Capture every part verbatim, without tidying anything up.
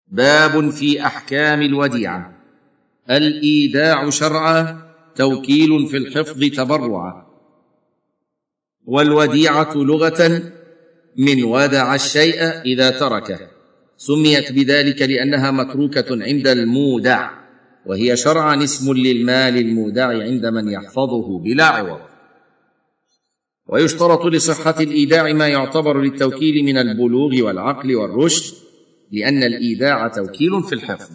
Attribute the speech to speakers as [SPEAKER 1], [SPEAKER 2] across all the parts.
[SPEAKER 1] باب في أحكام الوديعة. الإيداع شرعا توكيل في الحفظ تبرعا. والوديعة لغة من ودع الشيء إذا تركه، سميت بذلك لأنها متروكة عند المودع، وهي شرعا اسم للمال المودع عند من يحفظه بلا عوض. ويشترط لصحة الإيداع ما يعتبر للتوكيل من البلوغ والعقل والرشد، لأن الإيداع توكيل في الحفظ.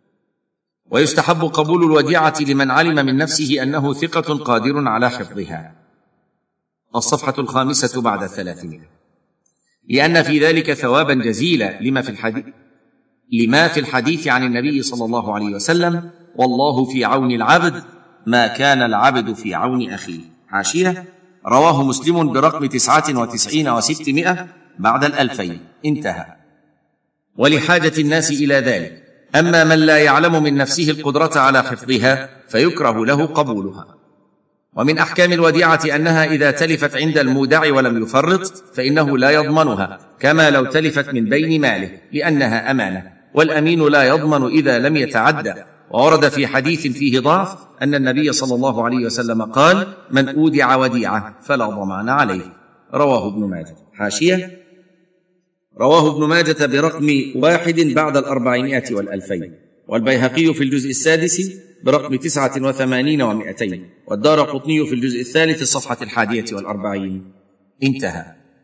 [SPEAKER 1] ويستحب قبول الوديعة لمن علم من نفسه أنه ثقة قادر على حفظها. الصفحة الخامسة بعد الثلاثمائة، لأن في ذلك ثوابا جزيلا لما في الحديث لما في الحديث عن النبي صلى الله عليه وسلم: والله في عون العبد ما كان العبد في عون أخيه. حاشية: رواه مسلم برقم تسعة وتسعين وستمائة بعد الألفين. انتهى. ولحاجة الناس إلى ذلك. أما من لا يعلم من نفسه القدرة على حفظها فيكره له قبولها. ومن أحكام الوديعة أنها إذا تلفت عند المودع ولم يفرط فإنه لا يضمنها، كما لو تلفت من بين ماله، لأنها أمانة، والأمين لا يضمن إذا لم يتعدى. وورد في حديث فيه ضعف أن النبي صلى الله عليه وسلم قال: من أودع وديعة فلا ضمان عليه. رواه ابن ماجه. حاشية: رواه ابن ماجة برقم واحد بعد الأربعمائة والألفين، والبيهقي في الجزء السادس برقم تسعة وثمانين ومائتين، والدارقطني في الجزء الثالث الصفحة الحادية والأربعين. انتهى.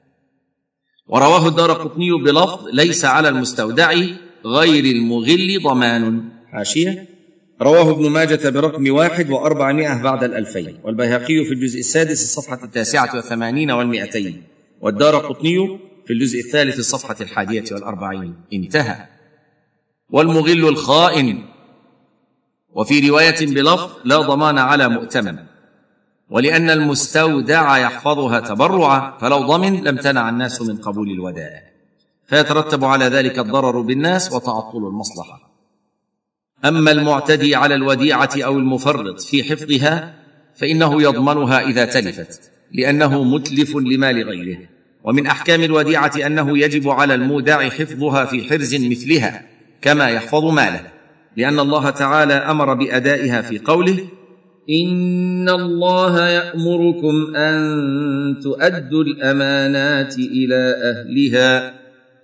[SPEAKER 1] ورواه الدارقطني بلفظ: ليس على المستودع غير المغل ضمان. حاشية: رواه ابن ماجة برقم واحد وأربعمائة بعد الألفين، والبيهقي في الجزء السادس الصفحة التاسعة وثمانين والمائتين، والدارقطني في الجزء الثالث الصفحة الحادية والأربعين. انتهى. والمغل الخائن. وفي رواية بلفظ: لا ضمان على مؤتمن. ولأن المستودع يحفظها تبرعا، فلو ضمن لم تنع الناس من قبول الودائع، فيترتب على ذلك الضرر بالناس وتعطل المصلحة. أما المعتدي على الوديعة أو المفرط في حفظها فإنه يضمنها إذا تلفت، لأنه متلف لمال غيره. ومن أحكام الوديعة أنه يجب على المودع حفظها في حرز مثلها كما يحفظ ماله، لأن الله تعالى أمر بأدائها في قوله: إن الله يأمركم أن تؤدوا الأمانات إلى أهلها،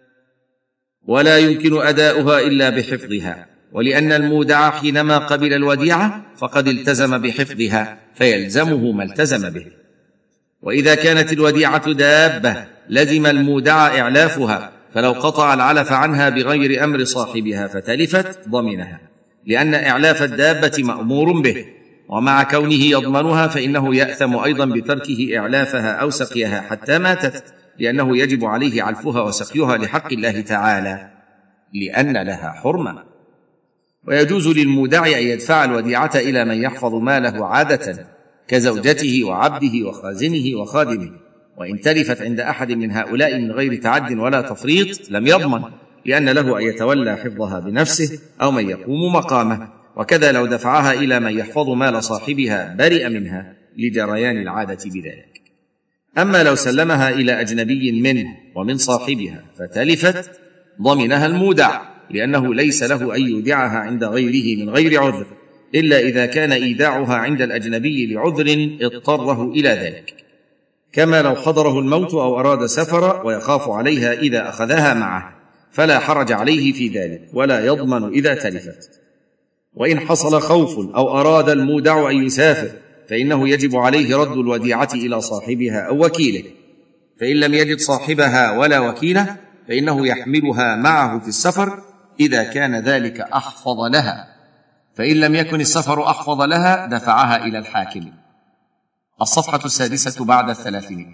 [SPEAKER 1] ولا يمكن أداؤها إلا بحفظها. ولأن المودع حينما قبل الوديعة فقد التزم بحفظها، فيلزمه ما التزم به. وإذا كانت الوديعة دابة لزم المودع إعلافها، فلو قطع العلف عنها بغير أمر صاحبها فتلفت ضمنها، لأن إعلاف الدابة مأمور به، ومع كونه يضمنها فإنه يأثم أيضا بتركه إعلافها أو سقيها حتى ماتت، لأنه يجب عليه علفها وسقيها لحق الله تعالى، لأن لها حرمة. ويجوز للمودع أن يدفع الوديعة إلى من يحفظ ماله عادة، كزوجته وعبده وخازنه وخادمه، وإن تلفت عند أحد من هؤلاء من غير تعد ولا تفريط لم يضمن، لأن له أن يتولى حفظها بنفسه أو من يقوم مقامه. وكذا لو دفعها إلى من يحفظ مال صاحبها برئ منها لجريان العادة بذلك. أما لو سلمها إلى أجنبي منه ومن صاحبها فتلفت ضمنها المودع، لأنه ليس له أن يودعها عند غيره من غير عذر، إلا إذا كان إيداعها عند الأجنبي لعذر اضطره إلى ذلك، كما لو حضره الموت أو أراد سفر ويخاف عليها إذا أخذها معه، فلا حرج عليه في ذلك، ولا يضمن إذا تلفت. وإن حصل خوف أو أراد المودع أن يسافر فإنه يجب عليه رد الوديعة إلى صاحبها أو وكيله، فإن لم يجد صاحبها ولا وكيله فإنه يحملها معه في السفر إذا كان ذلك أحفظ لها، فإن لم يكن السفر أحفظ لها دفعها إلى الحاكم. الصفحة السادسة بعد الثلاثمائة،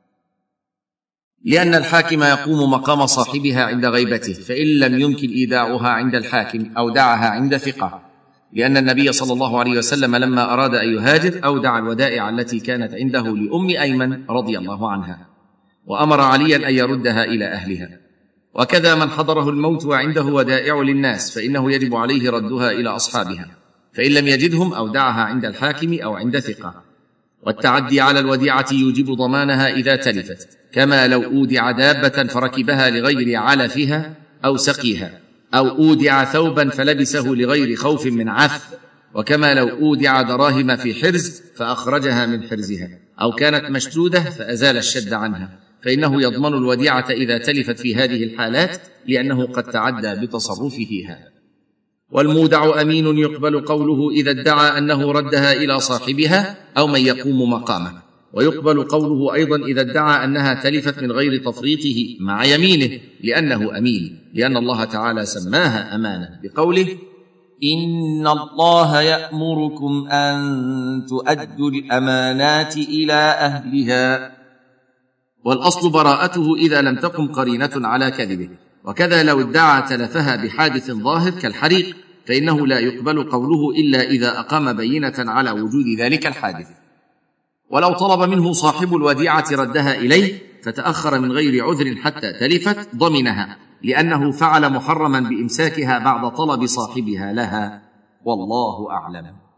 [SPEAKER 1] لأن الحاكم يقوم مقام صاحبها عند غيبته، فإن لم يمكن إيداعها عند الحاكم أودعها عند ثقة، لأن النبي صلى الله عليه وسلم لما أراد أن يهاجر أودع الودائع التي كانت عنده لأم أيمن رضي الله عنها، وأمر عليا أن يردها إلى أهلها. وكذا من حضره الموت وعنده ودائع للناس فإنه يجب عليه ردها إلى أصحابها، فإن لم يجدهم أودعها عند الحاكم أو عند ثقة. والتعدي على الوديعة يوجب ضمانها إذا تلفت، كما لو أودع دابة فركبها لغير علفها أو سقيها، أو أودع ثوبا فلبسه لغير خوف من عث، وكما لو أودع دراهم في حرز فأخرجها من حرزها، أو كانت مشدودة فأزال الشد عنها، فإنه يضمن الوديعة إذا تلفت في هذه الحالات، لأنه قد تعدى بتصرفه هذا. والمودع أمين يقبل قوله إذا ادعى أنه ردها إلى صاحبها أو من يقوم مقامه، ويقبل قوله أيضا إذا ادعى أنها تلفت من غير تفريطه مع يمينه، لأنه أمين، لأن الله تعالى سماها أمانة بقوله
[SPEAKER 2] إن الله يأمركم أن تؤدوا الأمانات إلى أهلها.
[SPEAKER 1] والأصل براءته إذا لم تقم قرينة على كذبه. وكذا لو ادعى تلفها بحادث ظاهر كالحريق، فإنه لا يقبل قوله إلا إذا أقام بينة على وجود ذلك الحادث. ولو طلب منه صاحب الوديعة ردها إليه فتأخر من غير عذر حتى تلفت ضمنها، لأنه فعل محرما بإمساكها بعد طلب صاحبها لها، والله أعلم.